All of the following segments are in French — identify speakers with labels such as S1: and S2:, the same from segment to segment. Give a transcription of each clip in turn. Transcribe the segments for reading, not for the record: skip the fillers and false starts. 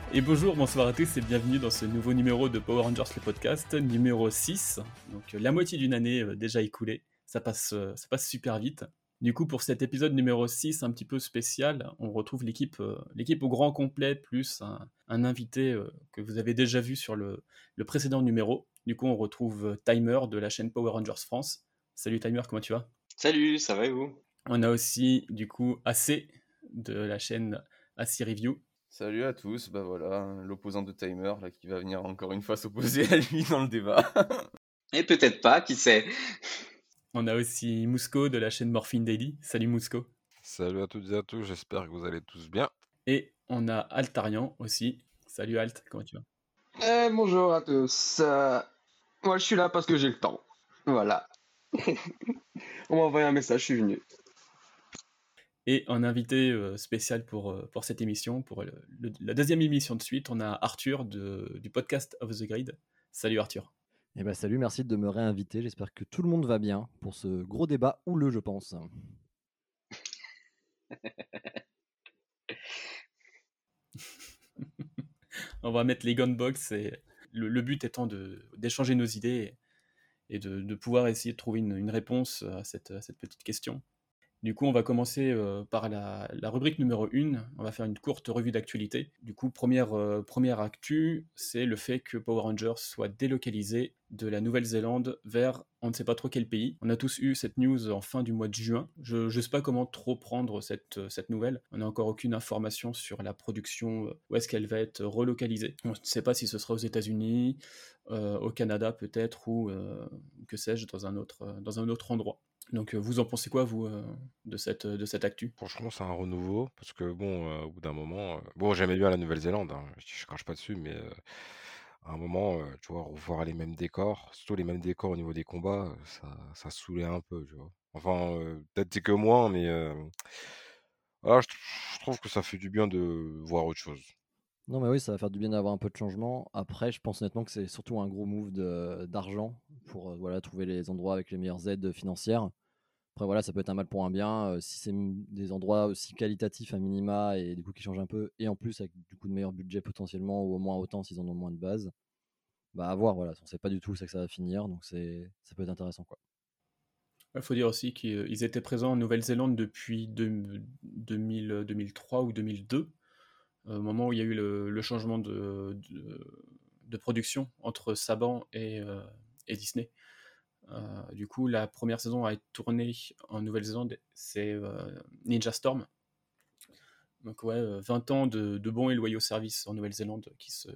S1: Et bonjour, bonsoir à tous et bienvenue dans ce nouveau numéro de Power Rangers le podcast, numéro 6. Donc la moitié d'une année déjà écoulée, ça passe super vite. Du coup pour cet épisode numéro 6 un petit peu spécial, on retrouve l'équipe au grand complet plus un invité que vous avez déjà vu sur le précédent numéro. Du coup on retrouve Timer de la chaîne Power Rangers France. Salut Timer, comment tu vas?
S2: Salut, ça va et vous?
S1: On a aussi du coup AC de la chaîne AC Review.
S3: Salut à tous, bah voilà, l'opposant de Timer là, qui va venir encore une fois s'opposer à lui dans le débat.
S2: Et peut-être pas, qui sait?
S1: On a aussi Mousco de la chaîne Morphine Daily. Salut Mousco.
S4: Salut à toutes et à tous, j'espère que vous allez tous bien.
S1: Et on a Altarian aussi. Salut Alt, comment tu vas?
S5: Bonjour à tous. Moi, je suis là parce que j'ai le temps. Voilà. On m'a envoyé un message, je suis venu.
S1: Et en invité spécial pour cette émission, pour la deuxième émission de suite, on a Arthur du podcast Off the Grid. Salut Arthur.
S6: Eh ben salut, merci de me réinviter. J'espère que tout le monde va bien pour ce gros débat houleux, je pense.
S1: On va mettre les gunbox et le but étant d'échanger nos idées et de pouvoir essayer de trouver une réponse à cette petite question. Du coup, on va commencer par la rubrique numéro 1. On va faire une courte revue d'actualité. Du coup, première actu, c'est le fait que Power Rangers soit délocalisé de la Nouvelle-Zélande vers on ne sait pas trop quel pays. On a tous eu cette news en fin du mois de juin. Je ne sais pas comment trop prendre cette nouvelle. On n'a encore aucune information sur la production, où est-ce qu'elle va être relocalisée. On ne sait pas si ce sera aux États-Unis, au Canada peut-être, ou que sais-je, dans un autre endroit. Donc vous en pensez quoi, vous, de cette actu?
S4: Franchement, c'est un renouveau, parce que bon, au bout d'un moment, bon, j'aimais bien la Nouvelle-Zélande, hein, je crache pas dessus, mais à un moment, tu vois, revoir les mêmes décors, surtout les mêmes décors au niveau des combats, ça saoulait un peu, tu vois. Enfin, peut-être c'est que moi, mais voilà, je trouve que ça fait du bien de voir autre chose.
S6: Non, mais oui, ça va faire du bien d'avoir un peu de changement. Après, je pense honnêtement que c'est surtout un gros move d'argent pour voilà, trouver les endroits avec les meilleures aides financières. Après, voilà, ça peut être un mal pour un bien. Si c'est des endroits aussi qualitatifs à minima et du coup qui changent un peu, et en plus avec du coup de meilleurs budgets potentiellement, ou au moins autant s'ils en ont moins de base, bah à voir, voilà. On sait pas du tout où c'est que ça va finir, donc ça peut être intéressant, quoi.
S1: Il faut dire aussi qu'ils étaient présents en Nouvelle-Zélande depuis 2003 ou 2002, au moment où il y a eu le changement de production entre Saban et Disney. Du coup, la première saison a été tournée en Nouvelle-Zélande, c'est Ninja Storm. Donc ouais, 20 ans de bons et loyaux services en Nouvelle-Zélande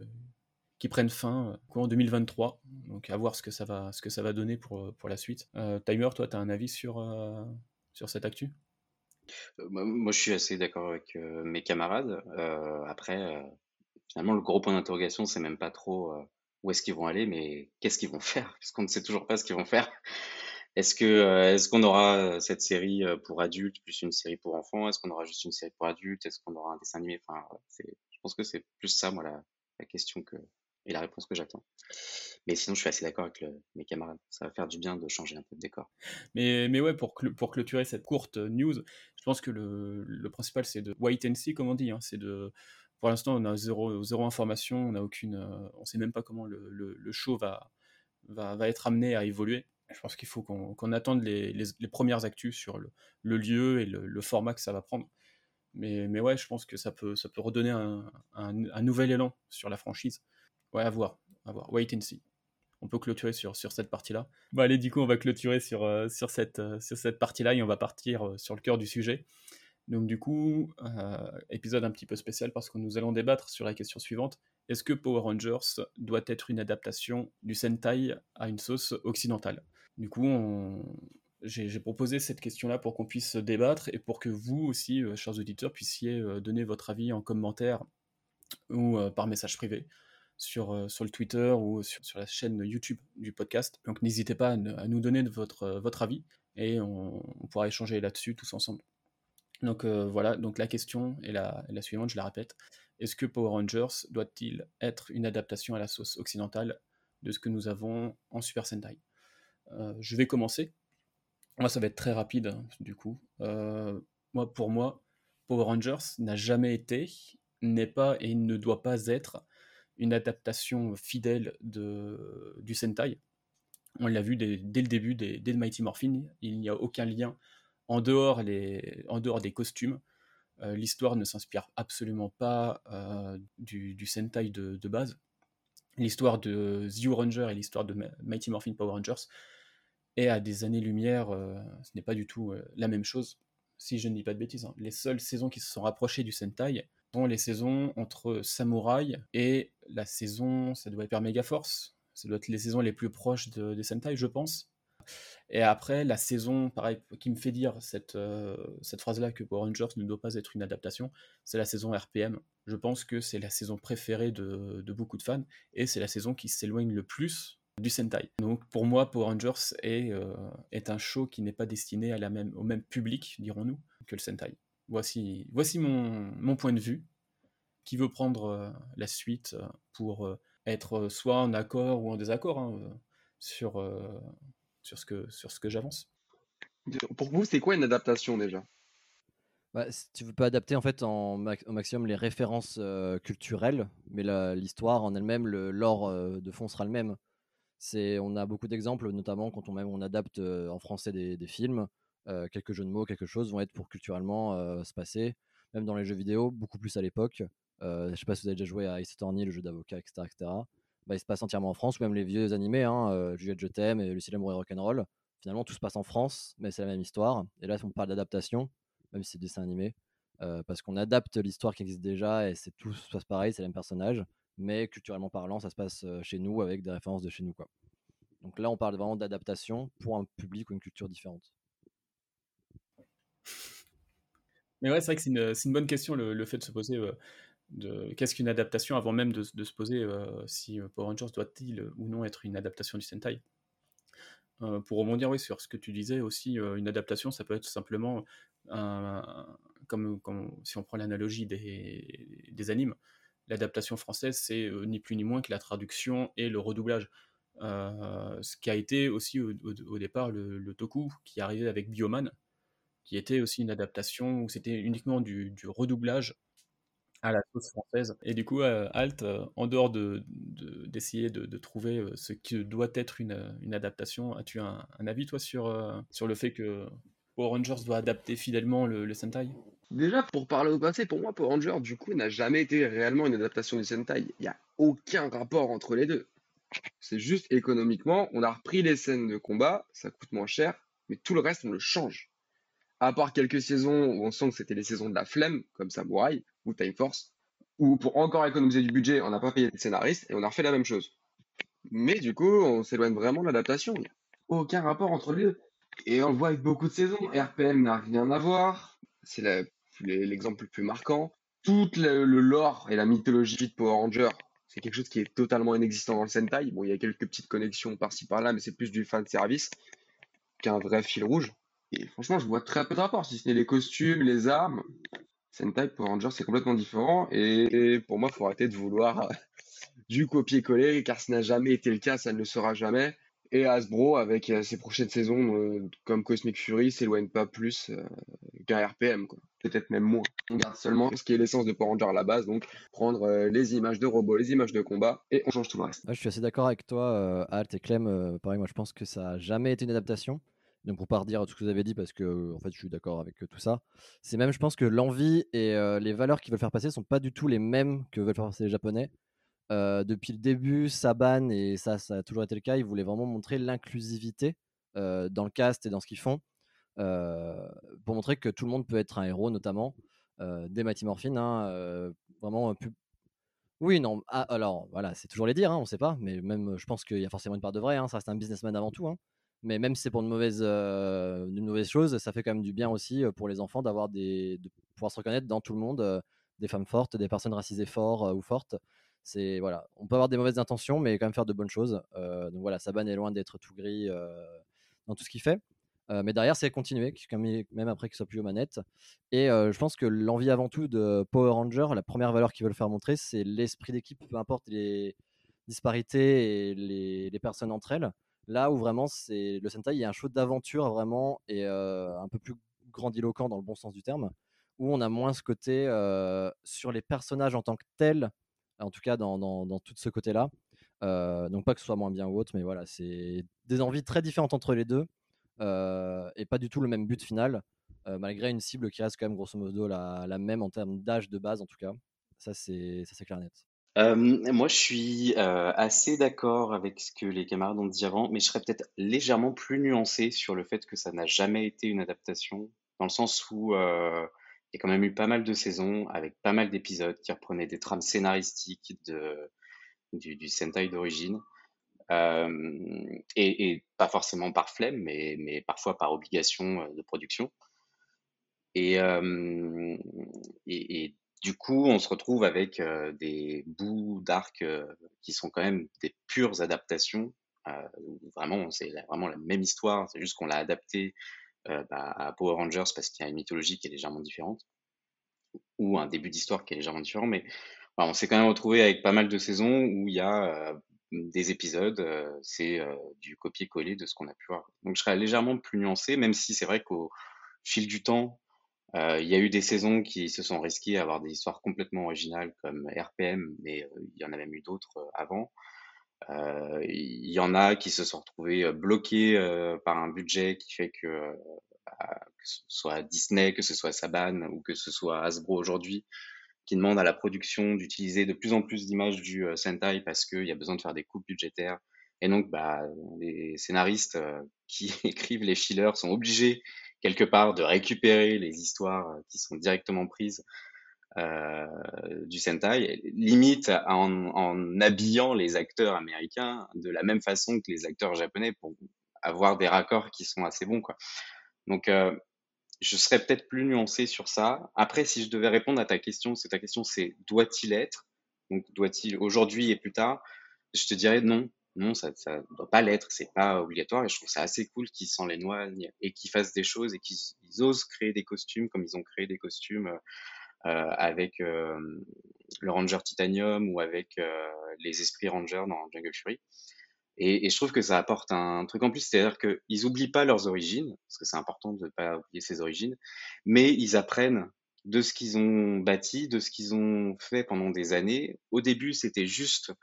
S1: qui prennent fin en 2023. Donc à voir ce que ça va donner pour la suite. Timer, toi, tu as un avis sur cette actu?
S2: Moi, je suis assez d'accord avec mes camarades. Après, finalement, le gros point d'interrogation, c'est même pas trop où est-ce qu'ils vont aller, mais qu'est-ce qu'ils vont faire, parce qu'on ne sait toujours pas ce qu'ils vont faire. Est-ce qu'on aura cette série pour adultes plus une série pour enfants? Est-ce qu'on aura juste une série pour adultes? Est-ce qu'on aura un dessin animé? Enfin, voilà, je pense que c'est plus ça, moi, la question et la réponse que j'attends. Mais sinon, je suis assez d'accord avec mes camarades. Ça va faire du bien de changer un peu de décor.
S1: Mais ouais, pour clôturer cette courte news, je pense que le principal, c'est de wait and see, comme on dit. Hein. Pour l'instant, on a zéro information, on sait même pas comment le show va être amené à évoluer. Je pense qu'il faut qu'on attende les premières actus sur le lieu et le format que ça va prendre. Mais ouais, je pense que ça peut redonner un nouvel élan sur la franchise. Ouais, à voir. Wait and see. On peut clôturer sur cette partie-là. Bon, allez, du coup, on va clôturer sur cette partie-là et on va partir sur le cœur du sujet. Donc, du coup, épisode un petit peu spécial parce que nous allons débattre sur la question suivante. Est-ce que Power Rangers doit être une adaptation du Sentai à une sauce occidentale? Du coup, j'ai proposé cette question-là pour qu'on puisse débattre et pour que vous aussi, chers auditeurs, puissiez donner votre avis en commentaire ou par message privé sur le Twitter ou sur la chaîne YouTube du podcast. Donc n'hésitez pas à nous donner votre avis et on pourra échanger là-dessus tous ensemble. Donc voilà, donc la question est la suivante, je la répète. Est-ce que Power Rangers doit-il être une adaptation à la sauce occidentale de ce que nous avons en Super Sentai? Je vais commencer. Moi, ça va être très rapide, du coup. Pour moi, Power Rangers n'a jamais été n'est pas et ne doit pas être une adaptation fidèle du Sentai. On l'a vu dès le début des Mighty Morphin, il n'y a aucun lien en dehors des costumes. L'histoire ne s'inspire absolument pas du Sentai de base. L'histoire de Zyu Ranger et l'histoire de Mighty Morphin Power Rangers est à des années-lumière, ce n'est pas du tout la même chose, si je ne dis pas de bêtises. Les seules saisons qui se sont rapprochées du Sentai sont les saisons entre Samurai et la saison, ça doit être vers Megaforce, ça doit être les saisons les plus proches des Sentai, je pense. Et après, la saison, pareil, qui me fait dire cette phrase-là que Power Rangers ne doit pas être une adaptation, c'est la saison RPM. Je pense que c'est la saison préférée de beaucoup de fans, et c'est la saison qui s'éloigne le plus du Sentai. Donc pour moi, Power Rangers est un show qui n'est pas destiné au même public, dirons-nous, que le Sentai. Voici mon point de vue, qui veut prendre la suite pour être soit en accord ou en désaccord sur ce que j'avance.
S5: Pour vous, c'est quoi une adaptation déjà?
S6: Bah, tu peux adapter en fait au maximum les références culturelles, mais l'histoire en elle-même, le lore de fond sera le même. On a beaucoup d'exemples, notamment quand on adapte en français des films, quelques jeux de mots, quelque chose vont être pour culturellement se passer. Même dans les jeux vidéo, beaucoup plus à l'époque. Je sais pas si vous avez déjà joué à Ace Attorney, le jeu d'avocat, etc., etc. Bah, il se passe entièrement en France, ou même les vieux animés, Juliette Je t'aime et Lucie l'amour et rock'n'roll. Finalement, tout se passe en France, mais c'est la même histoire. Et là, on parle d'adaptation, même si c'est dessin animé, parce qu'on adapte l'histoire qui existe déjà et tout se passe pareil, c'est les mêmes personnages, mais culturellement parlant, ça se passe chez nous avec des références de chez nous, quoi. Donc là, on parle vraiment d'adaptation pour un public ou une culture différente.
S1: Mais ouais, c'est vrai que c'est une bonne question, le fait de se poser qu'est-ce qu'une adaptation, avant même de se poser si Power Rangers doit-il ou non être une adaptation du Sentai. Pour rebondir sur ce que tu disais aussi, une adaptation, ça peut être simplement comme si on prend l'analogie des animes, l'adaptation française, c'est ni plus ni moins que la traduction et le redoublage. Ce qui a été aussi au départ le toku, qui arrivait avec Bioman, qui était aussi une adaptation où c'était uniquement du redoublage à la sauce française. Et du coup, Alt, en dehors d'essayer de trouver ce que doit être une adaptation, as-tu un avis, toi, sur le fait que Power Rangers doit adapter fidèlement le Sentai?
S5: Déjà, pour parler au passé, pour moi, Power Rangers, du coup, n'a jamais été réellement une adaptation du Sentai. Il n'y a aucun rapport entre les deux. C'est juste économiquement, on a repris les scènes de combat, ça coûte moins cher, mais tout le reste, on le change. À part quelques saisons où on sent que c'était les saisons de la flemme, comme Samurai ou Time Force, où pour encore économiser du budget, on n'a pas payé de scénariste et on a refait la même chose. Mais du coup, on s'éloigne vraiment de l'adaptation. Il n'y a aucun rapport entre les deux. Et on le voit avec beaucoup de saisons. RPM n'a rien à voir. C'est l'exemple le plus marquant. Tout le lore et la mythologie de Power Rangers, c'est quelque chose qui est totalement inexistant dans le Sentai. Bon, il y a quelques petites connexions par-ci par-là, mais c'est plus du fan service qu'un vrai fil rouge. Et franchement, je vois très peu de rapport, si ce n'est les costumes, les armes. Sentai, Power Rangers, c'est complètement différent. Et pour moi, il faut arrêter de vouloir du copier-coller, car ce n'a jamais été le cas, ça ne le sera jamais. Et Hasbro, avec ses prochaines saisons, comme Cosmic Fury, s'éloigne pas plus qu'un RPM, quoi. Peut-être même moins. On garde seulement ce qui est l'essence de Power Rangers à la base, donc prendre les images de robots, les images de combat, et on change tout le reste.
S6: Ouais, je suis assez d'accord avec toi, Alt et Clem. Pareil, moi je pense que ça n'a jamais été une adaptation. Donc pour pas redire tout ce que vous avez dit, parce que en fait je suis d'accord avec tout ça. C'est même, je pense que l'envie et les valeurs qu'ils veulent faire passer sont pas du tout les mêmes que veulent faire passer les Japonais. Depuis le début, Saban, et ça a toujours été le cas, ils voulaient vraiment montrer l'inclusivité dans le cast et dans ce qu'ils font, pour montrer que tout le monde peut être un héros, notamment des Mighty Morphin, vraiment oui, non, alors voilà, c'est toujours les dire, on sait pas, mais même je pense qu'il y a forcément une part de vrai, ça reste un businessman avant tout, mais même si c'est pour une mauvaise chose, ça fait quand même du bien aussi pour les enfants de pouvoir se reconnaître dans tout le monde, des femmes fortes, des personnes racisées fortes ou fortes. C'est voilà, on peut avoir des mauvaises intentions, mais quand même faire de bonnes choses. Donc voilà, Saban est loin d'être tout gris dans tout ce qu'il fait. Mais derrière, c'est continuer, même après qu'il soit plus aux manettes. Et je pense que l'envie avant tout de Power Ranger, la première valeur qu'ils veulent faire montrer, c'est l'esprit d'équipe, peu importe les disparités et les personnes entre elles. Là où vraiment, le Sentai, il y a un show d'aventure vraiment et un peu plus grandiloquent dans le bon sens du terme, où on a moins ce côté sur les personnages en tant que tels, en tout cas dans tout ce côté-là. Donc pas que ce soit moins bien ou autre, mais voilà, c'est des envies très différentes entre les deux et pas du tout le même but final, malgré une cible qui reste quand même grosso modo la même en termes d'âge de base en tout cas. Ça c'est clair et net.
S2: Moi, je suis assez d'accord avec ce que les camarades ont dit avant, mais je serais peut-être légèrement plus nuancé sur le fait que ça n'a jamais été une adaptation, dans le sens où il y a quand même eu pas mal de saisons avec pas mal d'épisodes qui reprenaient des trames scénaristiques du Sentai d'origine. Et pas forcément par flemme, mais parfois par obligation de production. Et, euh, et du coup, on se retrouve avec des bouts d'arc qui sont quand même des pures adaptations. Où vraiment, vraiment la même histoire, c'est juste qu'on l'a adapté à Power Rangers parce qu'il y a une mythologie qui est légèrement différente, ou un début d'histoire qui est légèrement différent, mais voilà, on s'est quand même retrouvé avec pas mal de saisons où il y a des épisodes, c'est du copier-coller de ce qu'on a pu voir. Donc je serais légèrement plus nuancé, même si c'est vrai qu'au fil du temps, il y a eu des saisons qui se sont risquées à avoir des histoires complètement originales comme RPM, mais il y en a même eu d'autres avant. Il y en a qui se sont retrouvés bloqués par un budget qui fait que ce soit Disney, que ce soit Saban ou que ce soit Hasbro aujourd'hui, qui demande à la production d'utiliser de plus en plus d'images du Sentai parce qu'il y a besoin de faire des coupes budgétaires. Et donc, les scénaristes qui écrivent les fillers sont obligés quelque part de récupérer les histoires qui sont directement prises euh, du Sentai, limite en habillant les acteurs américains de la même façon que les acteurs japonais pour avoir des raccords qui sont assez bons, quoi. Donc, je serais peut-être plus nuancé sur ça. Après, si je devais répondre à ta question, c'est doit-il être? Donc, doit-il aujourd'hui et plus tard? Je te dirais non. Non, ça doit pas l'être. C'est pas obligatoire. Et je trouve ça assez cool qu'ils s'en éloignent et qu'ils fassent des choses et qu'ils osent créer des costumes comme ils ont créé des costumes avec le Ranger Titanium ou avec les Esprits Rangers dans Jungle Fury. Et je trouve que ça apporte un truc en plus, c'est-à-dire qu'ils oublient pas leurs origines, parce que c'est important de ne pas oublier ses origines, mais ils apprennent de ce qu'ils ont bâti, de ce qu'ils ont fait pendant des années. Au début, c'était juste,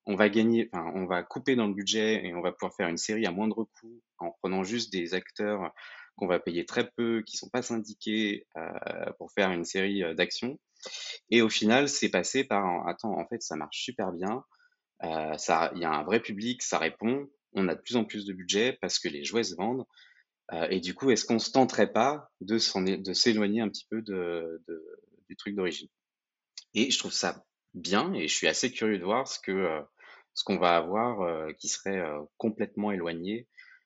S2: on va couper dans le budget et on va pouvoir faire une série à moindre coût en prenant juste des acteurs qu'on va payer très peu, qui sont pas syndiqués pour faire une série d'action. Et au final, c'est passé par, attends, en fait, ça marche super bien. Il y a un vrai public, ça répond. On a de plus en plus de budget parce que les jouets se vendent. Et du coup, est-ce qu'on se tenterait pas de s'éloigner un petit peu du truc d'origine? Et je trouve ça bien et je suis assez curieux de voir ce qu'on va avoir qui serait complètement éloigné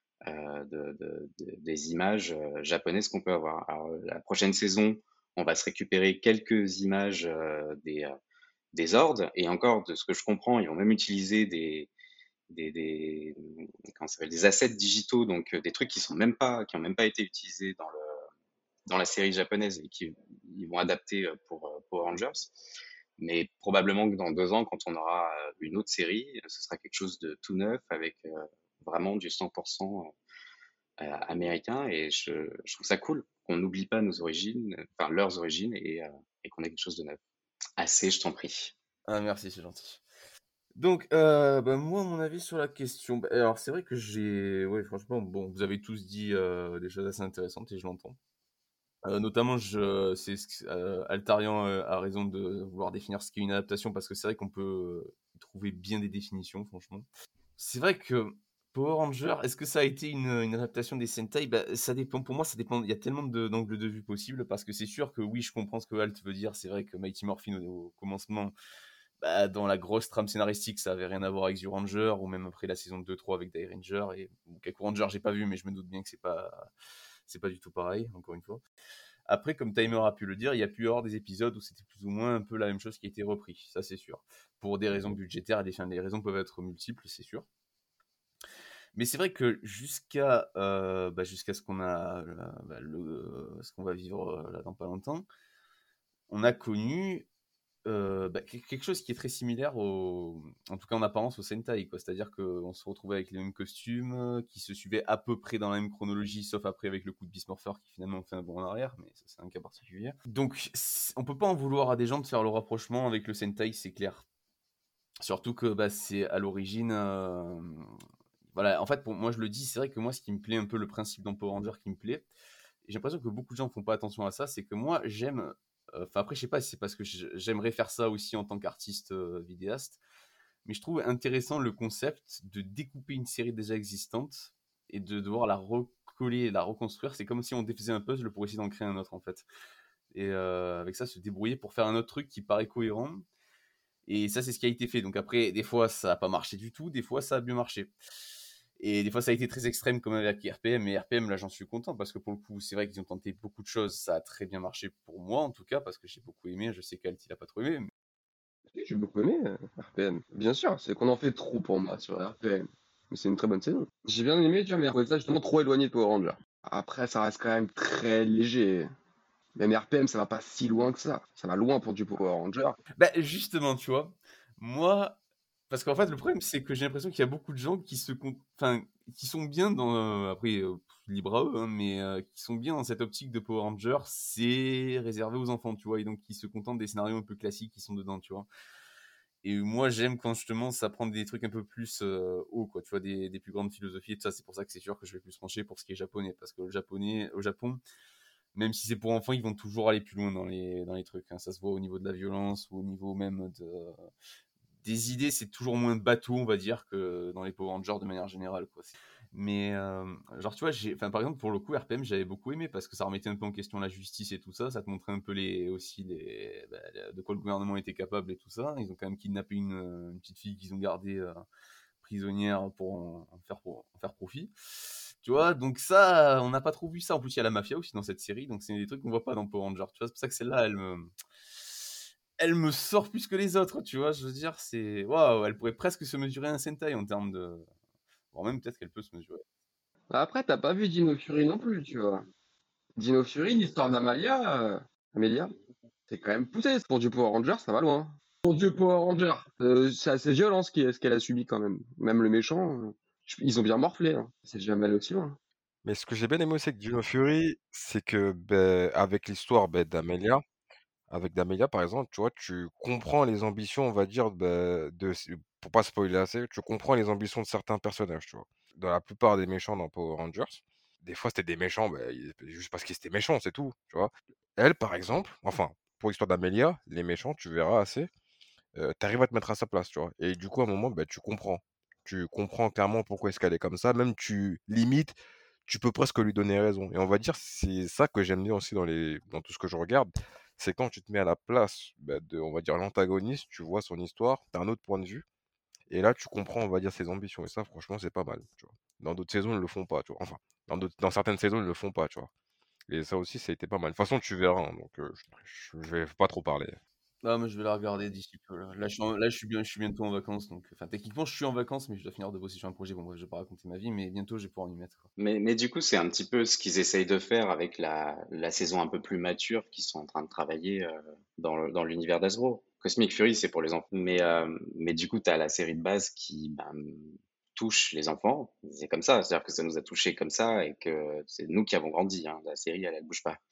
S2: des images japonaises qu'on peut avoir. Alors, la prochaine saison, on va se récupérer quelques images des ordres et encore de ce que je comprends, ils vont même utiliser des comment ça s'appelle, des assets digitaux, donc des trucs qui ont même pas été utilisés dans la série japonaise et qui ils vont adapter pour Power Rangers. Mais probablement que dans 2 ans, quand on aura une autre série, ce sera quelque chose de tout neuf avec vraiment du 100% américain. Et je trouve ça cool qu'on n'oublie pas nos origines, enfin leurs origines, et qu'on ait quelque chose de neuf. Assez, je t'en prie.
S3: Ah, merci, c'est gentil. Donc, moi, mon avis sur la question, alors c'est vrai que ouais, franchement, bon, vous avez tous dit des choses assez intéressantes et je l'entends. Notamment, Altarian a raison de vouloir définir ce qu'est une adaptation parce que c'est vrai qu'on peut trouver bien des définitions, franchement. C'est vrai que Power Ranger, est-ce que ça a été une adaptation des Sentai? Ça dépend. Pour moi, ça dépend. Il y a tellement d'angles de vue possibles parce que c'est sûr que oui, je comprends ce que Alt veut dire. C'est vrai que Mighty Morphin au commencement, dans la grosse trame scénaristique, ça avait rien à voir avec The Ranger ou même après la saison 2-3 avec Die Ranger et Kaku Ranger, j'ai pas vu, mais je me doute bien que c'est pas du tout pareil, encore une fois. Après, comme Timer a pu le dire, il y a pu y avoir des épisodes où c'était plus ou moins un peu la même chose qui a été repris, ça c'est sûr. Pour des raisons budgétaires, les raisons peuvent être multiples, c'est sûr. Mais c'est vrai que jusqu'à ce qu'on a ce qu'on va vivre là dans pas longtemps, on a connu quelque chose qui est très similaire en tout cas en apparence au Sentai, quoi. C'est-à-dire qu'on se retrouvait avec les mêmes costumes, qui se suivaient à peu près dans la même chronologie, sauf après avec le coup de Beast Morpher qui finalement fait un bond en arrière, mais ça c'est un cas particulier. Donc on peut pas en vouloir à des gens de faire le rapprochement avec le Sentai, c'est clair. Surtout que c'est à l'origine. Voilà, en fait, pour moi je le dis, c'est vrai que moi ce qui me plaît un peu, le principe dans Power Rangers qui me plaît, et j'ai l'impression que beaucoup de gens font pas attention à ça, c'est que moi j'aime. Enfin, après, je sais pas si c'est parce que j'aimerais faire ça aussi en tant qu'artiste vidéaste, mais je trouve intéressant le concept de découper une série déjà existante et de devoir la recoller, la reconstruire. C'est comme si on défaisait un puzzle pour essayer d'en créer un autre, en fait. Et avec ça, se débrouiller pour faire un autre truc qui paraît cohérent. Et ça, c'est ce qui a été fait. Donc après, des fois, ça n'a pas marché du tout, des fois, ça a bien marché. Et des fois, ça a été très extrême, comme avec RPM. Mais RPM, là, j'en suis content parce que pour le coup, c'est vrai qu'ils ont tenté beaucoup de choses. Ça a très bien marché pour moi, en tout cas, parce que j'ai beaucoup aimé. Je sais qu'Alt, il a pas trop aimé.
S5: Oui, j'ai beaucoup aimé RPM. Bien sûr, c'est qu'on en fait trop pour moi sur RPM. Mais c'est une très bonne saison. J'ai bien aimé, tu vois, mais je trouvais ça justement trop éloigné de Power Rangers. Après, ça reste quand même très léger. Même RPM, ça va pas si loin que ça. Ça va loin pour du Power Ranger.
S3: Justement, tu vois, moi, parce qu'en fait, le problème, c'est que j'ai l'impression qu'il y a beaucoup de gens qui sont bien dans, après, libre à eux, hein, mais qui sont bien dans cette optique de Power Ranger, c'est réservé aux enfants, tu vois, et donc qui se contentent des scénarios un peu classiques qui sont dedans, tu vois. Et moi, j'aime quand justement ça prend des trucs un peu plus hauts, quoi, tu vois, des plus grandes philosophies et tout ça. C'est pour ça que c'est sûr que je vais plus pencher pour ce qui est japonais, parce que le japonais, au Japon, même si c'est pour enfants, ils vont toujours aller plus loin dans les trucs, hein. Ça se voit au niveau de la violence ou au niveau même des idées, c'est toujours moins bateau, on va dire, que dans les Power Rangers de manière générale, quoi. Mais genre, tu vois, par exemple, pour le coup, RPM, j'avais beaucoup aimé parce que ça remettait un peu en question la justice et tout ça. Ça te montrait un peu de quoi le gouvernement était capable et tout ça. Ils ont quand même kidnappé une petite fille qu'ils ont gardée prisonnière pour en faire profit. Tu vois, donc ça, on n'a pas trop vu ça. En plus, il y a la mafia aussi dans cette série, donc c'est des trucs qu'on voit pas dans Power Rangers. Tu vois, c'est pour ça que celle-là, elle me sort plus que les autres, tu vois. Je veux dire, c'est waouh, elle pourrait presque se mesurer à un Sentai en termes de. Bon, même peut-être qu'elle peut se mesurer.
S5: Après, t'as pas vu Dino Fury non plus, tu vois. Dino Fury, l'histoire d'Amalia, Amelia, c'est quand même poussé. Pour du Power Ranger, ça va loin. Pour du Power Ranger, c'est assez violent ce qu'elle a subi quand même. Même le méchant, ils ont bien morflé, hein. C'est jamais allé aussi loin.
S4: Mais ce que j'ai bien aimé aussi avec Dino Fury, c'est que avec l'histoire d'Amelia par exemple, tu vois, tu comprends les ambitions, on va dire, pour pas spoiler assez, tu comprends les ambitions de certains personnages, tu vois. Dans la plupart des méchants dans Power Rangers, des fois c'était des méchants, juste parce qu'ils étaient méchants, c'est tout, tu vois. Elle, par exemple, enfin, pour l'histoire d'Amelia, les méchants, tu verras assez, t'arrives à te mettre à sa place, tu vois. Et du coup, à un moment, tu comprends. Tu comprends clairement pourquoi est-ce qu'elle est comme ça. Même limite, tu peux presque lui donner raison. Et on va dire, c'est ça que j'aime bien aussi dans tout ce que je regarde. C'est quand tu te mets à la place on va dire, l'antagoniste, tu vois son histoire, t'as un autre point de vue. Et là, tu comprends, on va dire, ses ambitions. Et ça, franchement, c'est pas mal, tu vois. Dans d'autres saisons, ils le font pas, tu vois. Enfin, dans certaines saisons, ils le font pas, tu vois. Et ça aussi, ça a été pas mal. De toute façon, tu verras, hein, donc je vais pas trop parler.
S3: Ah, moi, je vais la regarder d'ici peu. Là, je suis bientôt en vacances, donc, enfin, techniquement, je suis en vacances, mais je dois finir de bosser sur un projet. Bon, bref, je vais pas raconter ma vie, mais bientôt, je vais pouvoir m'y mettre, quoi.
S2: Mais du coup, c'est un petit peu ce qu'ils essayent de faire avec la saison un peu plus mature qu'ils sont en train de travailler dans l'univers d'Hasbro. Cosmic Fury, c'est pour les enfants. Mais du coup, tu as la série de base qui touche les enfants. C'est comme ça, c'est-à-dire que ça nous a touchés comme ça et que c'est nous qui avons grandi, hein. La série, elle bouge pas.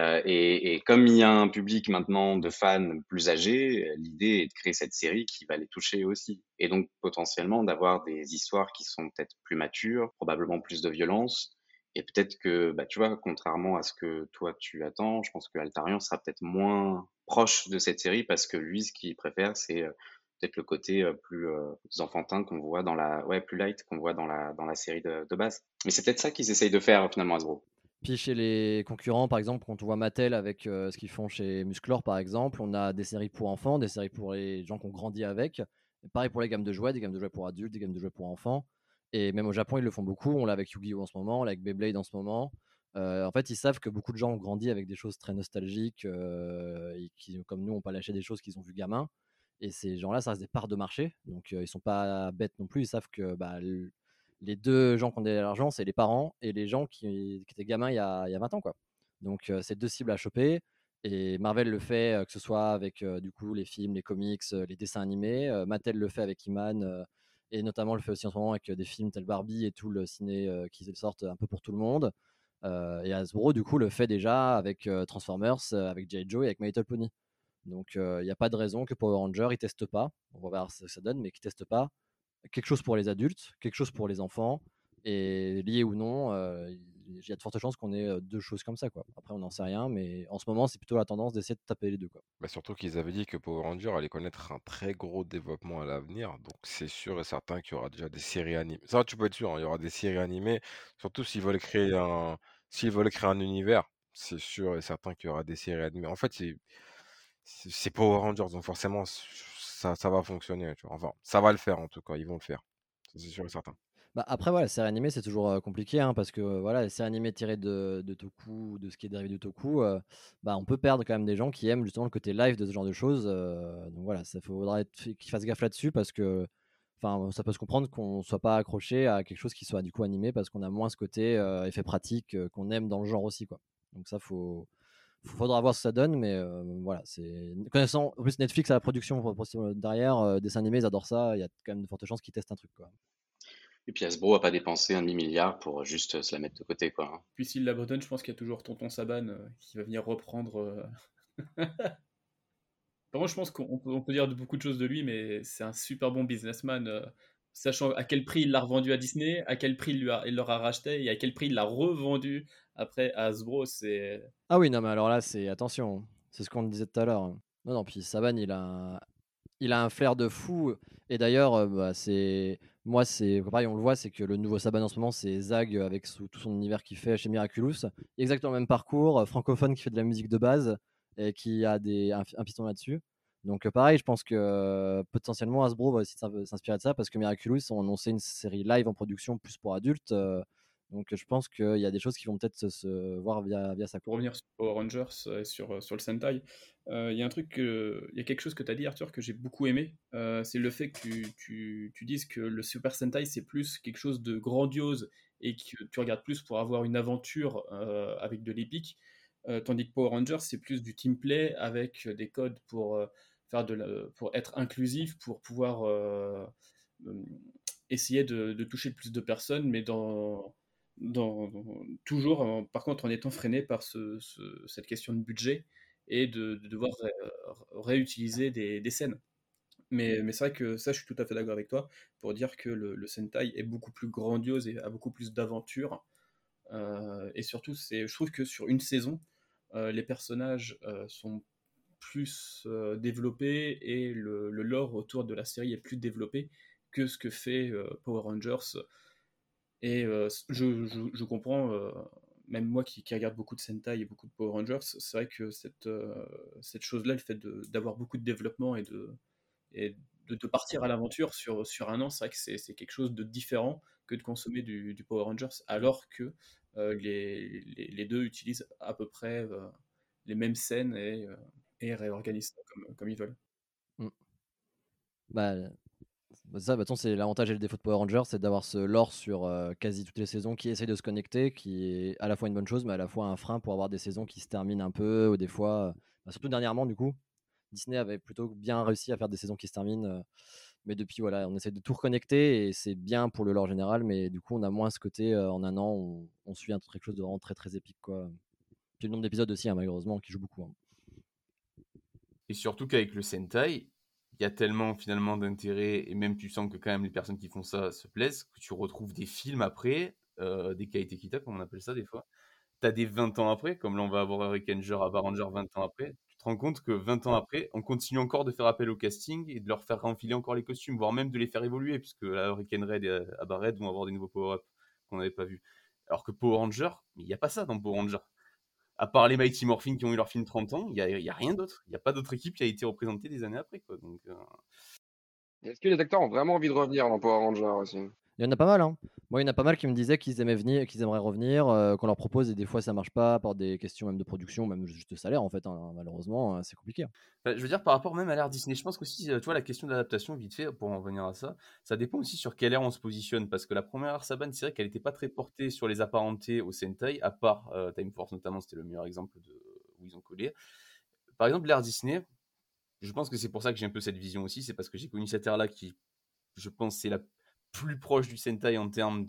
S2: Et comme il y a un public maintenant de fans plus âgés, l'idée est de créer cette série qui va les toucher aussi. Et donc potentiellement d'avoir des histoires qui sont peut-être plus matures, probablement plus de violence. Et peut-être que, tu vois, contrairement à ce que toi tu attends, je pense que Altarian sera peut-être moins proche de cette série parce que lui, ce qu'il préfère, c'est peut-être le côté plus enfantin qu'on voit plus light qu'on voit dans la série de base. Mais c'est peut-être ça qu'ils essayent de faire finalement Hasbro.
S6: Puis chez les concurrents, par exemple, quand on voit Mattel avec ce qu'ils font chez Musclor, par exemple, on a des séries pour enfants, des séries pour les gens qui ont grandi avec. Et pareil pour les gammes de jouets, des gammes de jouets pour adultes, des gammes de jouets pour enfants. Et même au Japon, ils le font beaucoup. On l'a avec Yu-Gi-Oh en ce moment, on l'a avec Beyblade en ce moment. En fait, ils savent que beaucoup de gens ont grandi avec des choses très nostalgiques et qui, comme nous, n'ont pas lâché des choses qu'ils ont vu gamins. Et ces gens-là, ça reste des parts de marché. Donc, ils sont pas bêtes non plus. Ils savent que les deux gens qui ont de l'argent, c'est les parents et les gens qui étaient gamins il y a 20 ans, quoi. Donc, c'est deux cibles à choper. Et Marvel le fait, que ce soit avec du coup les films, les comics, les dessins animés. Mattel le fait avec He-Man, et notamment le fait aussi en ce moment avec des films tels Barbie et tout le ciné qui sortent un peu pour tout le monde. Et Hasbro du coup le fait déjà avec Transformers, avec G.I. Joe et avec My Little Pony. Donc il n'y a pas de raison que Power Rangers ils testent pas. On va voir ce que ça donne, mais qu'ils testent pas quelque chose pour les adultes, quelque chose pour les enfants, et lié ou non, il y a de fortes chances qu'on ait deux choses comme ça, quoi. Après, on n'en sait rien, mais en ce moment, c'est plutôt la tendance d'essayer de taper les deux, quoi.
S4: Bah, surtout qu'ils avaient dit que Power Rangers allait connaître un très gros développement à l'avenir, donc c'est sûr et certain qu'il y aura déjà des séries animées. Ça, tu peux être sûr, hein, il y aura des séries animées, surtout s'ils veulent créer un univers, c'est sûr et certain qu'il y aura des séries animées. En fait, c'est Power Rangers, donc forcément, ça va fonctionner, tu vois. Enfin, ça va le faire en tout cas, ils vont le faire. Ça, c'est sûr et certain.
S6: Bah, après, voilà, les séries animées, c'est toujours compliqué, hein, parce que voilà, les séries animées tirées de Toku, de ce qui est dérivé de Toku, bah, on peut perdre quand même des gens qui aiment justement le côté live de ce genre de choses. Donc voilà, ça faudra qu'ils fassent gaffe là-dessus parce que enfin, ça peut se comprendre qu'on ne soit pas accroché à quelque chose qui soit du coup animé parce qu'on a moins ce côté effet pratique qu'on aime dans le genre aussi, quoi. Donc ça, faudra voir ce que ça donne, mais voilà, c'est connaissant en plus Netflix à la production derrière, dessins animés, ils adorent ça, il y a quand même de fortes chances qu'ils testent un truc, quoi.
S2: Et puis Hasbro a pas dépensé un demi-milliard pour juste se la mettre de côté, quoi. Hein.
S1: Puis s'il l'abandonne, je pense qu'il y a toujours Tonton Saban qui va venir reprendre. Par contre, je pense on peut dire de beaucoup de choses de lui, mais c'est un super bon businessman, sachant à quel prix il l'a revendu à Disney, à quel prix il leur a racheté et à quel prix il l'a revendu après à Hasbro. C'est
S6: Ah oui, non, mais alors là, c'est attention, hein, c'est ce qu'on disait tout à l'heure, hein. Non, non, puis Saban, il a un flair de fou. Et d'ailleurs, bah, c'est pareil, on le voit, c'est que le nouveau Saban en ce moment, c'est Zag avec tout son univers qu'il fait chez Miraculous. Exactement le même parcours, francophone qui fait de la musique de base et qui a un piston là-dessus. Donc pareil, je pense que potentiellement Hasbro va aussi s'inspirer de ça parce que Miraculous ont annoncé une série live en production plus pour adultes. Donc je pense qu'il y a des choses qui vont peut-être se voir via ça,
S1: pour
S6: quoi.
S1: revenir sur Power Rangers et sur le Sentai. Il y a il y a quelque chose que tu as dit, Arthur, que j'ai beaucoup aimé. C'est le fait que tu dises que le Super Sentai, c'est plus quelque chose de grandiose et que tu regardes plus pour avoir une aventure avec de l'épique. Tandis que Power Rangers, c'est plus du team play avec des codes pour, pour être inclusif, pour pouvoir euh, essayer de toucher le plus de personnes, mais toujours, par contre, en étant freiné par cette question de budget et de devoir réutiliser des scènes. Mais c'est vrai que ça, je suis tout à fait d'accord avec toi pour dire que le Sentai est beaucoup plus grandiose et a beaucoup plus d'aventures. Et surtout, je trouve que sur une saison, les personnages sont plus développés et le lore autour de la série est plus développé que ce que fait Power Rangers. Et je comprends, même moi qui regarde beaucoup de Sentai et beaucoup de Power Rangers, c'est vrai que cette chose-là, le fait d'avoir beaucoup de développement et de partir à l'aventure sur un an, c'est vrai que c'est quelque chose de différent que de consommer du Power Rangers, alors que les deux utilisent à peu près les mêmes scènes et réorganisent ça comme ils veulent.
S6: Mm. Bah, ça, de toute façon, c'est l'avantage et le défaut de Power Rangers, c'est d'avoir ce lore sur quasi toutes les saisons qui essaye de se connecter, qui est à la fois une bonne chose, mais à la fois un frein pour avoir des saisons qui se terminent un peu, ou des fois, bah, surtout dernièrement, du coup, Disney avait plutôt bien réussi à faire des saisons qui se terminent, mais depuis, voilà, on essaie de tout reconnecter et c'est bien pour le lore général, mais du coup, on a moins ce côté en un an, on suit quelque chose de vraiment très très épique, quoi. Puis le nombre d'épisodes aussi, hein, malheureusement, qui joue beaucoup, hein.
S3: Et surtout qu'avec le Sentai, il y a tellement finalement d'intérêt, et même tu sens que quand même les personnes qui font ça se plaisent, que tu retrouves des films après, des Kaite-Kita, comme on appelle ça des fois. T'as des 20 ans après, comme là on va avoir Eric Ranger à Ranger 20 ans après. Tu te rends compte que 20 ans après, on continue encore de faire appel au casting et de leur faire renfiler encore les costumes, voire même de les faire évoluer, puisque là, Hurricane Red et Abba Red vont avoir des nouveaux power-up qu'on n'avait pas vu. Alors que Power Ranger, il n'y a pas ça dans Power Ranger. À part les Mighty Morphin qui ont eu leur film 30 ans, il y a rien d'autre. Il n'y a pas d'autre équipe qui a été représentée des années après, quoi. Donc,
S5: Est-ce que les acteurs ont vraiment envie de revenir dans Power Rangers aussi?
S6: Il y en a pas mal, hein. Moi, il y en a pas mal qui me disaient qu'ils aimaient venir, qu'ils aimeraient revenir, qu'on leur propose et des fois ça marche pas par des questions même de production, même juste de salaire en fait, hein. Malheureusement, c'est compliqué, hein.
S3: je veux dire, par rapport même à l'ère Disney, je pense qu'aussi, tu vois, la question de l'adaptation, vite fait, pour en revenir à ça, ça dépend aussi sur quelle ère on se positionne. Parce que la première ère Saban, c'est vrai qu'elle n'était pas très portée sur les apparentés au Sentai, à part Time Force notamment, c'était le meilleur exemple où ils ont collé. par exemple, l'ère Disney, je pense que c'est pour ça que j'ai un peu cette vision aussi, c'est parce que j'ai connu cette ère-là qui, je pense, c'est la plus proche du Sentai en termes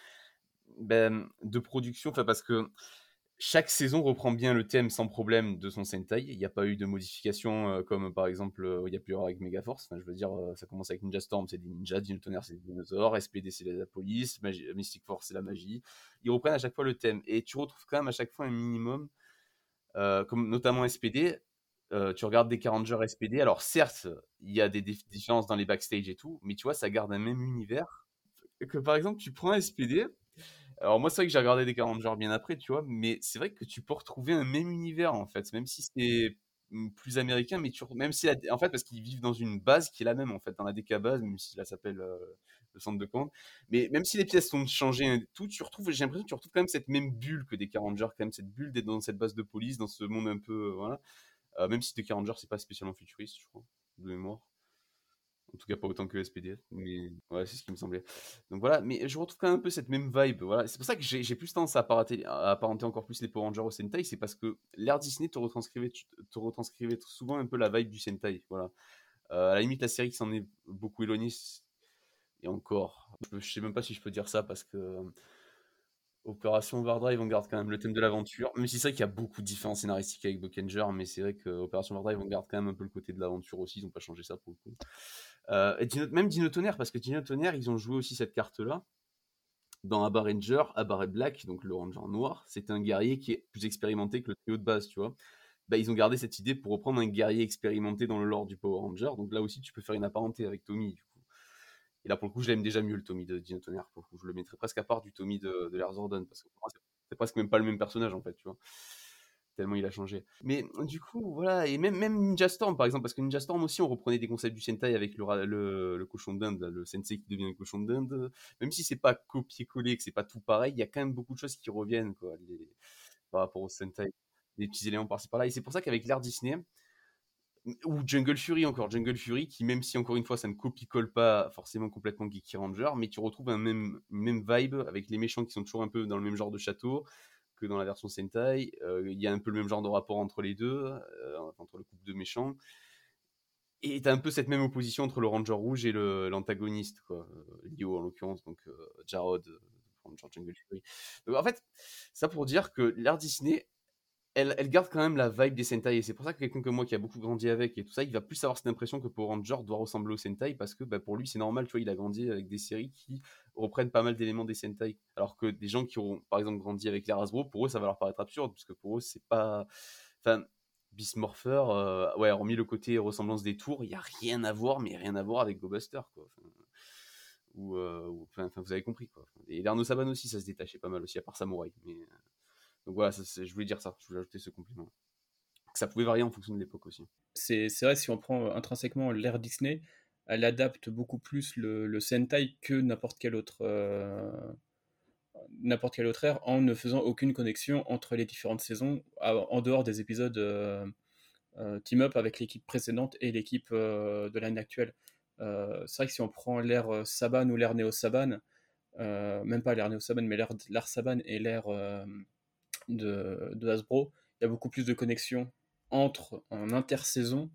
S3: de production, enfin, parce que chaque saison reprend bien le thème sans problème de son Sentai. Il n'y a pas eu de modifications comme par exemple il y a pu y avoir avec Megaforce. Enfin, je veux dire, ça commence avec Ninja Storm, c'est des ninjas, Dino Tonnerre, c'est des dinosaures, SPD, c'est la police, Mystic Force, c'est la magie. Ils reprennent à chaque fois le thème et tu retrouves quand même à chaque fois un minimum, comme notamment SPD. Tu regardes des 40 joueurs SPD. Alors certes, il y a des différences dans les backstage et tout, mais tu vois, ça garde un même univers. Que par exemple, tu prends un SPD. Alors moi, c'est vrai que j'ai regardé des 40 genres bien après, tu vois, mais c'est vrai que tu peux retrouver un même univers, en fait, même si c'est plus américain, mais même si, en fait, parce qu'ils vivent dans une base qui est la même, en fait, dans la DK base, même si là s'appelle le centre de commande, mais même si les pièces sont changées et tout, j'ai l'impression que tu retrouves quand même cette même bulle que des 40 genres, quand même cette bulle d'être dans cette base de police, dans ce monde un peu, voilà, même si des 40 genres, c'est pas spécialement futuriste, je crois, de mémoire. En tout cas, pas autant que SPDF, mais ouais, c'est ce qui me semblait. Donc voilà, mais je retrouve quand même un peu cette même vibe. Voilà. C'est pour ça que j'ai plus tendance à apparenter encore plus les Power Rangers au Sentai, c'est parce que l'ère Disney te retranscrivait souvent un peu la vibe du Sentai. Voilà. À la limite, la série qui s'en est beaucoup éloignée, et encore, je sais même pas si je peux dire ça parce que Opération Overdrive, on garde quand même le thème de l'aventure. Même si c'est vrai qu'il y a beaucoup de différences scénaristiques avec Bockenger, mais c'est vrai que Opération Overdrive, on garde quand même un peu le côté de l'aventure aussi. Ils n'ont pas changé ça pour le coup. Et même Dino Tonnerre, parce que Dino Tonnerre, ils ont joué aussi cette carte-là dans Abba Ranger, Abba Red Black, donc le Ranger noir. C'est un guerrier qui est plus expérimenté que le trio de base, tu vois. Bah, ils ont gardé cette idée pour reprendre un guerrier expérimenté dans le lore du Power Ranger. Donc là aussi, tu peux faire une apparenté avec Tommy, du coup. Et là, pour le coup, je l'aime déjà mieux, le Tommy de Dino Tonnerre. Pour le coup, je le mettrais presque à part du Tommy de l'Air Zordon, parce que pour moi, c'est presque même pas le même personnage, en fait, tu vois. Tellement il a changé. Mais du coup, voilà, et même Ninja Storm, par exemple, parce que Ninja Storm aussi, on reprenait des concepts du Sentai avec le cochon d'Inde, le sensei qui devient un cochon d'Inde. Même si c'est pas copier-coller, que c'est pas tout pareil, il y a quand même beaucoup de choses qui reviennent, quoi, par rapport au Sentai. Des petits éléments par-ci par-là. Et c'est pour ça qu'avec l'ère Disney, ou Jungle Fury encore, Jungle Fury, qui même si encore une fois ça ne copie-colle pas forcément complètement Geeky Ranger, mais tu retrouves même vibe avec les méchants qui sont toujours un peu dans le même genre de château que dans la version Sentai. Il y a un peu le même genre de rapport entre les deux, entre le couple de méchants. Et t'as un peu cette même opposition entre le Ranger rouge et l'antagoniste, quoi. Lio en l'occurrence, donc Jarod, Ranger Jungle Fury. Donc en fait, ça pour dire que l'ère Disney, elle garde quand même la vibe des Sentai, et c'est pour ça que quelqu'un comme moi qui a beaucoup grandi avec et tout ça, il va plus avoir cette impression que Power Ranger doit ressembler au Sentai, parce que bah, pour lui c'est normal, tu vois, il a grandi avec des séries qui reprennent pas mal d'éléments des Sentai, alors que des gens qui auront par exemple grandi avec les Hasbro, pour eux ça va leur paraître absurde, parce que pour eux c'est pas... Enfin, Beast Morpher, ouais, hormis le côté ressemblance des tours, il n'y a rien à voir, mais rien à voir avec Go Buster, quoi. Enfin, vous avez compris, quoi. Et l'Erno Saban aussi, ça se détachait pas mal aussi, à part Samouraï, mais... Donc voilà, je voulais dire ça, je voulais ajouter ce compliment. Ça pouvait varier en fonction de l'époque aussi.
S1: C'est vrai, si on prend intrinsèquement l'ère Disney, elle adapte beaucoup plus le Sentai que n'importe quelle autre ère, en ne faisant aucune connexion entre les différentes saisons, en dehors des épisodes team-up avec l'équipe précédente et l'équipe de l'année actuelle. C'est vrai que si on prend l'ère Saban ou l'ère Neo Saban, même pas l'ère Neo Saban, mais l'ère Saban et l'ère de Hasbro, il y a beaucoup plus de connexions en intersaison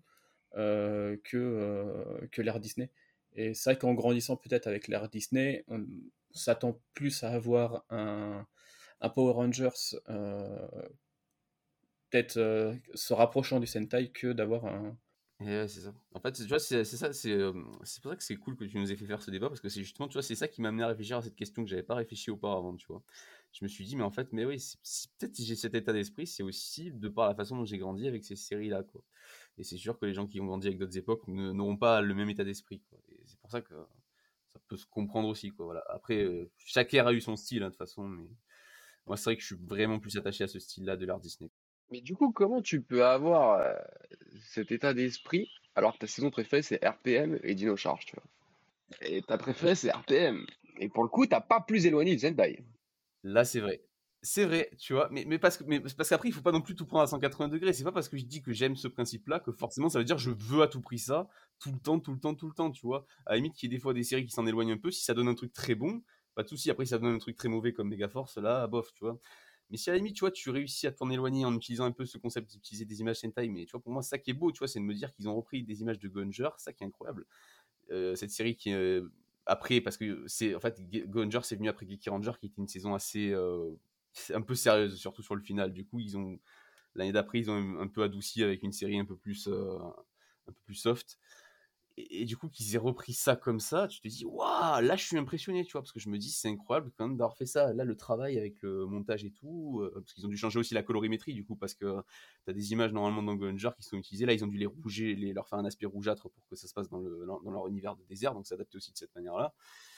S1: que l'ère Disney. Et c'est vrai qu'en grandissant peut-être avec l'ère Disney, on s'attend plus à avoir un Power Rangers peut-être se rapprochant du Sentai que d'avoir un...
S3: Et ouais, c'est ça. En fait, tu vois, c'est ça, c'est pour ça que c'est cool que tu nous aies fait faire ce débat, parce que c'est justement, tu vois, c'est ça qui m'a amené à réfléchir à cette question que j'avais pas réfléchi auparavant, tu vois. Je me suis dit, mais en fait, mais oui, peut-être si j'ai cet état d'esprit, c'est aussi de par la façon dont j'ai grandi avec ces séries-là, quoi. Et c'est sûr que les gens qui ont grandi avec d'autres époques n'auront pas le même état d'esprit, quoi. Et c'est pour ça que ça peut se comprendre aussi, quoi. Voilà. Après, chaque ère a eu son style, hein, de toute façon, mais moi, c'est vrai que je suis vraiment plus attaché à ce style-là de l'ère Disney.
S5: Mais du coup, comment tu peux avoir cet état d'esprit alors que ta saison préférée c'est RPM et Dino Charge, tu vois? Et ta préférée c'est RPM. Et pour le coup, t'as pas plus éloigné du Sentai.
S3: Là, c'est vrai. C'est vrai, tu vois, mais parce qu'après, il faut pas non plus tout prendre à 180 degrés. C'est pas parce que je dis que j'aime ce principe-là que forcément ça veut dire que je veux à tout prix ça, tout le temps, tout le temps, tout le temps, tu vois. À la limite, qu'il y ait des fois des séries qui s'en éloignent un peu, si ça donne un truc très bon, pas de souci. Après, si ça donne un truc très mauvais comme Megaforce, là, bof, tu vois. Mais si à la limite, tu vois, tu réussis à t'en éloigner en utilisant un peu ce concept d'utiliser des images Sentai, mais tu vois, pour moi, ça qui est beau, tu vois, c'est de me dire qu'ils ont repris des images de Gonger, ça qui est incroyable. Cette série qui après, parce que c'est en fait Gonger c'est venu après Geeky Ranger qui était une saison assez un peu sérieuse, surtout sur le final. Du coup, l'année d'après, ils ont un peu adouci avec une série un peu plus soft. Et du coup, qu'ils aient repris ça comme ça, tu te dis, waouh, là, je suis impressionné, tu vois, parce que je me dis, c'est incroyable quand même d'avoir fait ça. Là, le travail avec le montage et tout, parce qu'ils ont dû changer aussi la colorimétrie, du coup, parce que tu as des images normalement dans Gonger qui sont utilisées. Là, ils ont dû leur faire un aspect rougeâtre pour que ça se passe dans leur univers de désert, donc s'adapter aussi de cette manière-là.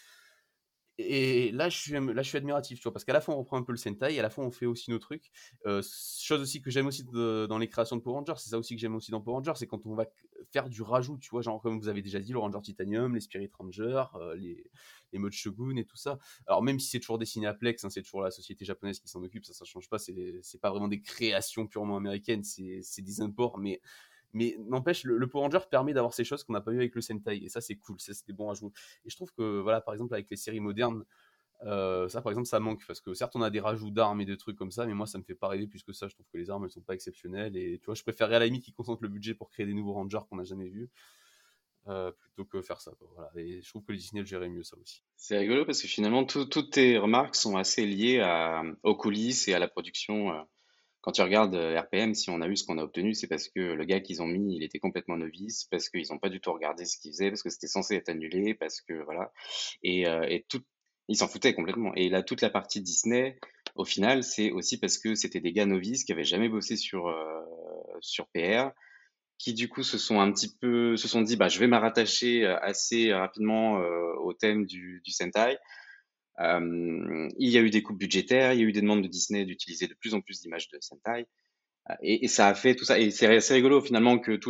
S3: Et là, je suis admiratif, tu vois, parce qu'à la fois on reprend un peu le Sentai, et à la fois on fait aussi nos trucs. Chose aussi que j'aime aussi dans les créations de Power Rangers, c'est ça aussi que j'aime aussi dans Power Rangers, c'est quand on va faire du rajout, tu vois, genre comme vous avez déjà dit, le Ranger Titanium, les Spirit Rangers, les modes Shogun et tout ça. Alors même si c'est toujours dessiné à Plex, hein, c'est toujours la société japonaise qui s'en occupe, ça change pas, c'est pas vraiment des créations purement américaines, c'est des imports, mais n'empêche, le Power Ranger permet d'avoir ces choses qu'on n'a pas eu avec le Sentai. Et ça, c'est cool. Ça, c'est des bons rajouts. Et je trouve que, voilà, par exemple, avec les séries modernes, ça, par exemple, ça manque. Parce que certes, on a des rajouts d'armes et de trucs comme ça, mais moi, ça me fait pas rêver plus que ça. Je trouve que les armes, elles sont pas exceptionnelles. Et tu vois, je préférerais à la limite qu'ils concentrent le budget pour créer des nouveaux Rangers qu'on n'a jamais vus. Plutôt que faire ça, quoi. Voilà. Et je trouve que les Disney le géraient mieux, ça aussi.
S2: C'est rigolo parce que finalement, toutes tes remarques sont assez liées aux coulisses et à la production. Quand tu regardes RPM, si on a eu ce qu'on a obtenu, c'est parce que le gars qu'ils ont mis, il était complètement novice, parce qu'ils n'ont pas du tout regardé ce qu'il faisait, parce que c'était censé être annulé, parce que voilà. Et tout, ils s'en foutaient complètement. Et là, toute la partie Disney, au final, c'est aussi parce que c'était des gars novices qui avaient jamais bossé sur PR, qui du coup se sont dit, bah, je vais me rattacher assez rapidement au thème du Sentai. Il y a eu des coupes budgétaires, il y a eu des demandes de Disney d'utiliser de plus en plus d'images de Sentai. Et ça a fait tout ça. Et c'est assez rigolo finalement que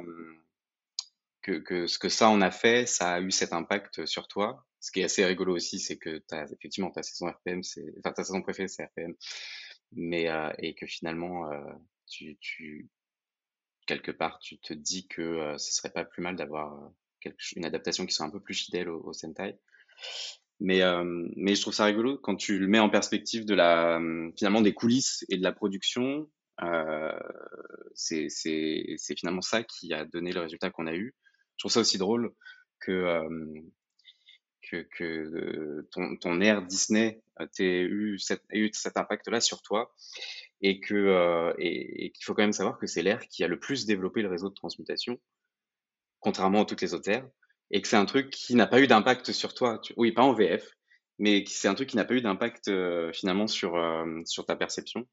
S2: que ce que ça en a fait, ça a eu cet impact sur toi. Ce qui est assez rigolo aussi, c'est que effectivement ta saison RPM, enfin ta saison préférée c'est RPM, mais et que finalement tu quelque part tu te dis que ce serait pas plus mal d'avoir une adaptation qui soit un peu plus fidèle au Sentai. Mais je trouve ça rigolo quand tu le mets en perspective de finalement des coulisses et de la production. Euh, c'est finalement ça qui a donné le résultat qu'on a eu. Je trouve ça aussi drôle que ton ère Disney ait eu cet impact-là sur toi et qu'il faut quand même savoir que c'est l'ère qui a le plus développé le réseau de transmutation, contrairement à toutes les autres aires, et que c'est un truc qui n'a pas eu d'impact sur toi. Oui, pas en VF, mais c'est un truc qui n'a pas eu d'impact finalement sur ta perception.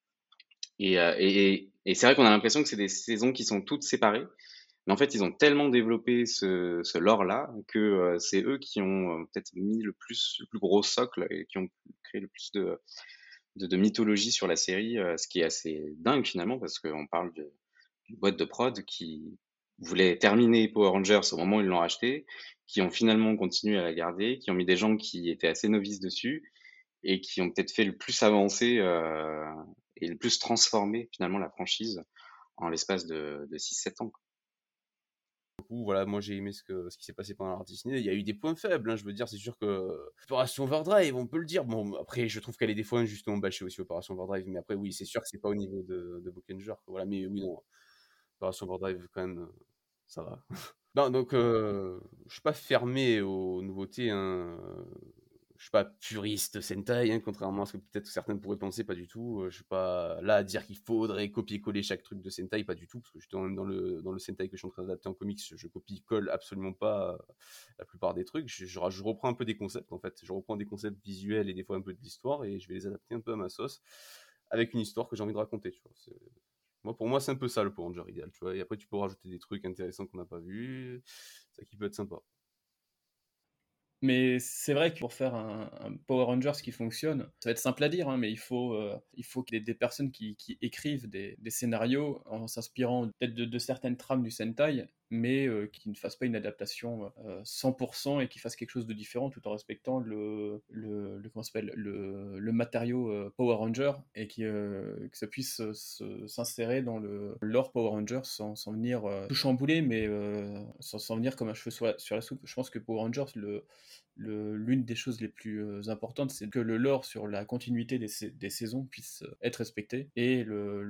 S2: Et c'est vrai qu'on a l'impression que c'est des saisons qui sont toutes séparées, mais en fait, ils ont tellement développé ce lore-là que c'est eux qui ont peut-être mis le plus gros socle et qui ont créé le plus de mythologie sur la série, ce qui est assez dingue finalement, parce qu'on parle d'une boîte de prod qui voulait terminer Power Rangers au moment où ils l'ont racheté, qui ont finalement continué à la garder, qui ont mis des gens qui étaient assez novices dessus et qui ont peut-être fait le plus avancer et le plus transformer finalement la franchise en l'espace de 6-7 ans.
S3: Du coup, voilà, moi j'ai aimé ce qui s'est passé pendant l'art Disney. Il y a eu des points faibles, hein, je veux dire, c'est sûr que Opération Overdrive, on peut le dire. Bon, après, je trouve qu'elle est des fois injustement bâchée aussi, Opération Overdrive, mais après, oui, c'est sûr que c'est pas au niveau de Bookenger. Voilà, mais oui, non, Opération Overdrive, quand même, ça va. Non, donc, je suis pas fermé aux nouveautés, hein. Je suis pas puriste Sentai, hein, contrairement à ce que peut-être certains pourraient penser, pas du tout. Je suis pas là à dire qu'il faudrait copier-coller chaque truc de Sentai, pas du tout, parce que justement, même dans le Sentai que je suis en train d'adapter en comics, je copie-colle absolument pas la plupart des trucs. Je reprends un peu des concepts, en fait. Je reprends des concepts visuels et des fois un peu de l'histoire, et je vais les adapter un peu à ma sauce, avec une histoire que j'ai envie de raconter, tu vois. Pour moi, c'est un peu ça le Power Ranger idéal, tu vois. Et après, tu peux rajouter des trucs intéressants qu'on n'a pas vus, ça qui peut être sympa.
S1: Mais c'est vrai que pour faire un Power Rangers qui fonctionne, ça va être simple à dire, hein, mais il faut qu'il y ait des personnes qui écrivent des scénarios en s'inspirant peut-être de certaines trames du Sentai, mais qui ne fassent pas une adaptation 100% et qui fassent quelque chose de différent tout en respectant comment ça s'appelle, le matériau Power Ranger et que ça puisse s'insérer dans le lore Power Rangers sans venir tout chambouler, mais sans venir comme un cheveu sur la soupe. Je pense que Power Rangers, l'une des choses les plus importantes, c'est que le lore sur la continuité des saisons puisse être respecté. Et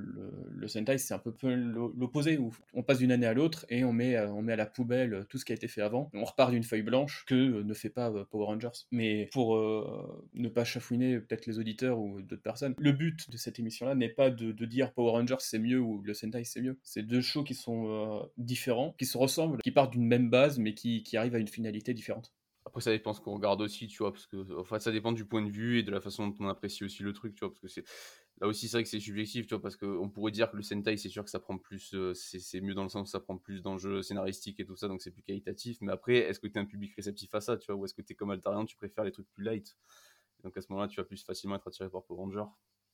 S1: le Sentai, c'est un peu l'opposé, où on passe d'une année à l'autre et on met à la poubelle tout ce qui a été fait avant. On repart d'une feuille blanche que ne fait pas Power Rangers. Mais pour ne pas chafouiner peut-être les auditeurs ou d'autres personnes, le but de cette émission-là n'est pas de dire Power Rangers c'est mieux ou le Sentai c'est mieux. C'est deux shows qui sont différents, qui se ressemblent, qui partent d'une même base, mais qui arrivent à une finalité différente.
S3: Après, ça dépend ce qu'on regarde aussi, tu vois, parce que enfin, ça dépend du point de vue et de la façon dont on apprécie aussi le truc, tu vois, parce que là aussi, c'est vrai que c'est subjectif, tu vois, parce qu'on pourrait dire que le Sentai, c'est sûr que ça prend plus, c'est mieux dans le sens où ça prend plus d'enjeux scénaristiques et tout ça, donc c'est plus qualitatif, mais après, est-ce que t'es un public réceptif à ça, tu vois, ou est-ce que t'es comme Altarian, tu préfères les trucs plus light? Donc à ce moment-là, tu vas plus facilement être attiré par Power Ranger.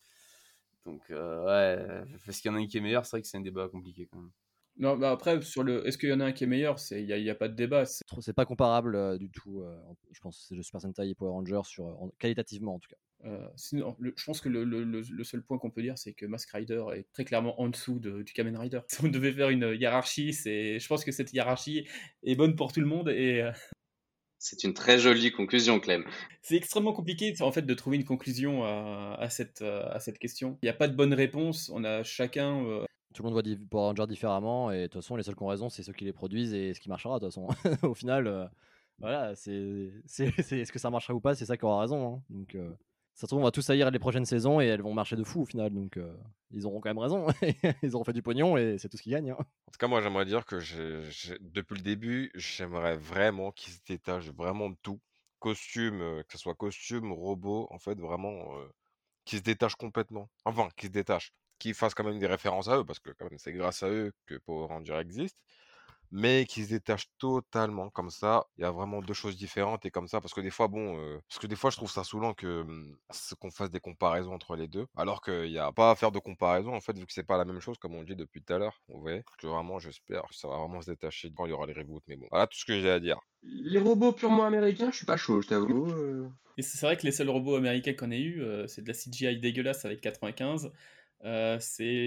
S3: Donc, ouais, est-ce qu'il y en a un qui est meilleur? C'est vrai que c'est un débat compliqué quand même.
S1: Non, bah après, est-ce qu'il y en a un qui est meilleur? Il n'y a pas de débat.
S6: C'est pas comparable du tout. Je pense que c'est le Super Sentai et Power Rangers qualitativement en tout cas.
S1: Sinon, je pense que le seul point qu'on peut dire, c'est que Mask Rider est très clairement en dessous du Kamen Rider. Si on devait faire une hiérarchie, je pense que cette hiérarchie est bonne pour tout le monde et
S2: C'est une très jolie conclusion, Clem.
S1: c'est extrêmement compliqué en fait de trouver une conclusion à cette question. Il n'y a pas de bonne réponse. On a chacun.
S6: Tout le monde voit Power Rangers différemment et de toute façon les seuls qui ont raison c'est ceux qui les produisent et ce qui marchera de toute façon. Au final, voilà, est-ce que ça marchera ou pas, c'est ça qui aura raison. Hein. Donc ça se trouve on va tous haïr les prochaines saisons et elles vont marcher de fou au final. Donc ils auront quand même raison. Ils auront fait du pognon et c'est tout ce qu'ils gagnent. Hein.
S4: En tout cas, moi, j'aimerais dire que depuis le début, j'aimerais vraiment qu'ils se détachent vraiment de tout. Costume, que ce soit costume, robot, en fait, vraiment, qu'ils se détachent complètement. Enfin, qu'ils se détachent. Qu'ils fassent quand même des références à eux, parce que quand même, c'est grâce à eux que Power Rangers existe. Mais qu'ils se détachent totalement. Comme ça, il y a vraiment deux choses différentes. Et comme ça, parce que des fois, je trouve ça saoulant qu'on fasse des comparaisons entre les deux. Alors qu'il n'y a pas à faire de comparaison, en fait, vu que c'est pas la même chose, comme on dit depuis tout à l'heure. Vous voyez, que vraiment, j'espère que ça va vraiment se détacher quand il y aura les reboots. Mais bon, voilà tout ce que j'ai à dire.
S5: Les robots purement américains, je suis pas chaud, je t'avoue.
S1: Et c'est vrai que les seuls robots américains qu'on ait eu, c'est de la CGI dégueulasse avec 95. C'est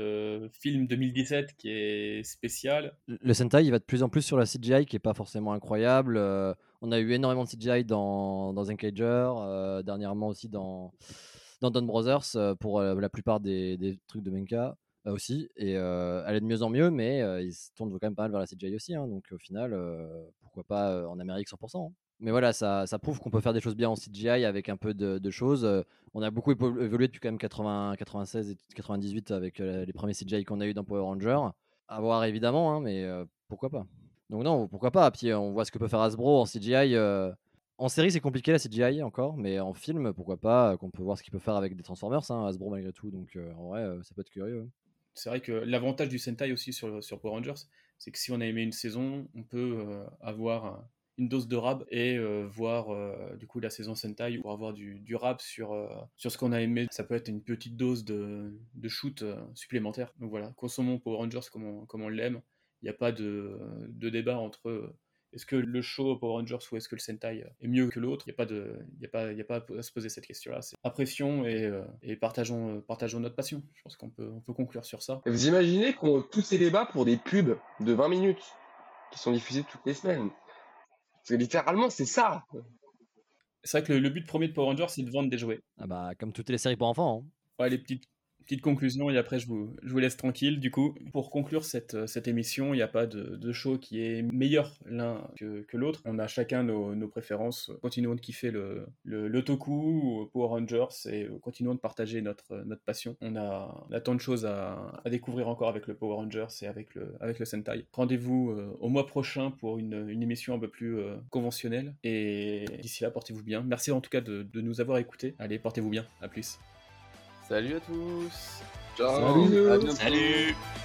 S1: le film 2017 qui est spécial.
S6: Le Sentai il va de plus en plus sur la CGI qui est pas forcément incroyable. On a eu énormément de CGI dans Zenkager, dernièrement aussi dans Don Brothers pour la plupart des trucs de Menka aussi. Et elle est de mieux en mieux, mais ils se tournent quand même pas mal vers la CGI aussi. Hein, donc au final, pourquoi pas en Amérique 100%. Hein. Mais voilà, ça prouve qu'on peut faire des choses bien en CGI avec un peu de choses. On a beaucoup évolué depuis quand même 96 et 98 avec les premiers CGI qu'on a eu dans Power Rangers. À voir évidemment, hein, mais pourquoi pas. Donc non, pourquoi pas. Puis on voit ce que peut faire Hasbro en CGI. En série, c'est compliqué la CGI encore, mais en film, pourquoi pas, qu'on peut voir ce qu'il peut faire avec des Transformers, hein, Hasbro malgré tout. Donc en vrai, ça peut être curieux. Hein.
S1: C'est vrai que l'avantage du Sentai aussi sur Power Rangers, c'est que si on a aimé une saison, on peut avoir une dose de rab et voir du coup la saison Sentai pour avoir du rab sur ce qu'on a aimé. Ça peut être une petite dose de shoot supplémentaire. Donc voilà, consommons Power Rangers comme on l'aime. Il n'y a pas de débat entre est-ce que le show Power Rangers ou est-ce que le Sentai est mieux que l'autre. Il n'y a pas à se poser cette question-là. C'est apprécions et partageons notre passion. Je pense qu'on peut conclure sur ça.
S5: Et vous imaginez qu'on tous ces débats pour des pubs de 20 minutes qui sont diffusés toutes les semaines. Parce que littéralement, c'est ça.
S1: C'est vrai que le but premier de Power Rangers, c'est de vendre des jouets.
S6: Ah bah, comme toutes les séries pour enfants. Hein.
S1: Ouais, les petites conclusions et après je vous laisse tranquille. Du coup, pour conclure cette émission, il n'y a pas de show qui est meilleur l'un que l'autre. On a chacun nos préférences. Continuons de kiffer le Toku, Power Rangers et continuons de partager notre passion. On a tant de choses à découvrir encore avec le Power Rangers et avec le Sentai. Rendez-vous au mois prochain pour une émission un peu plus conventionnelle. Et d'ici là, portez-vous bien. Merci en tout cas de nous avoir écoutés. Allez, portez-vous bien. À plus.
S3: Salut à tous.
S5: Ciao.
S2: Salut.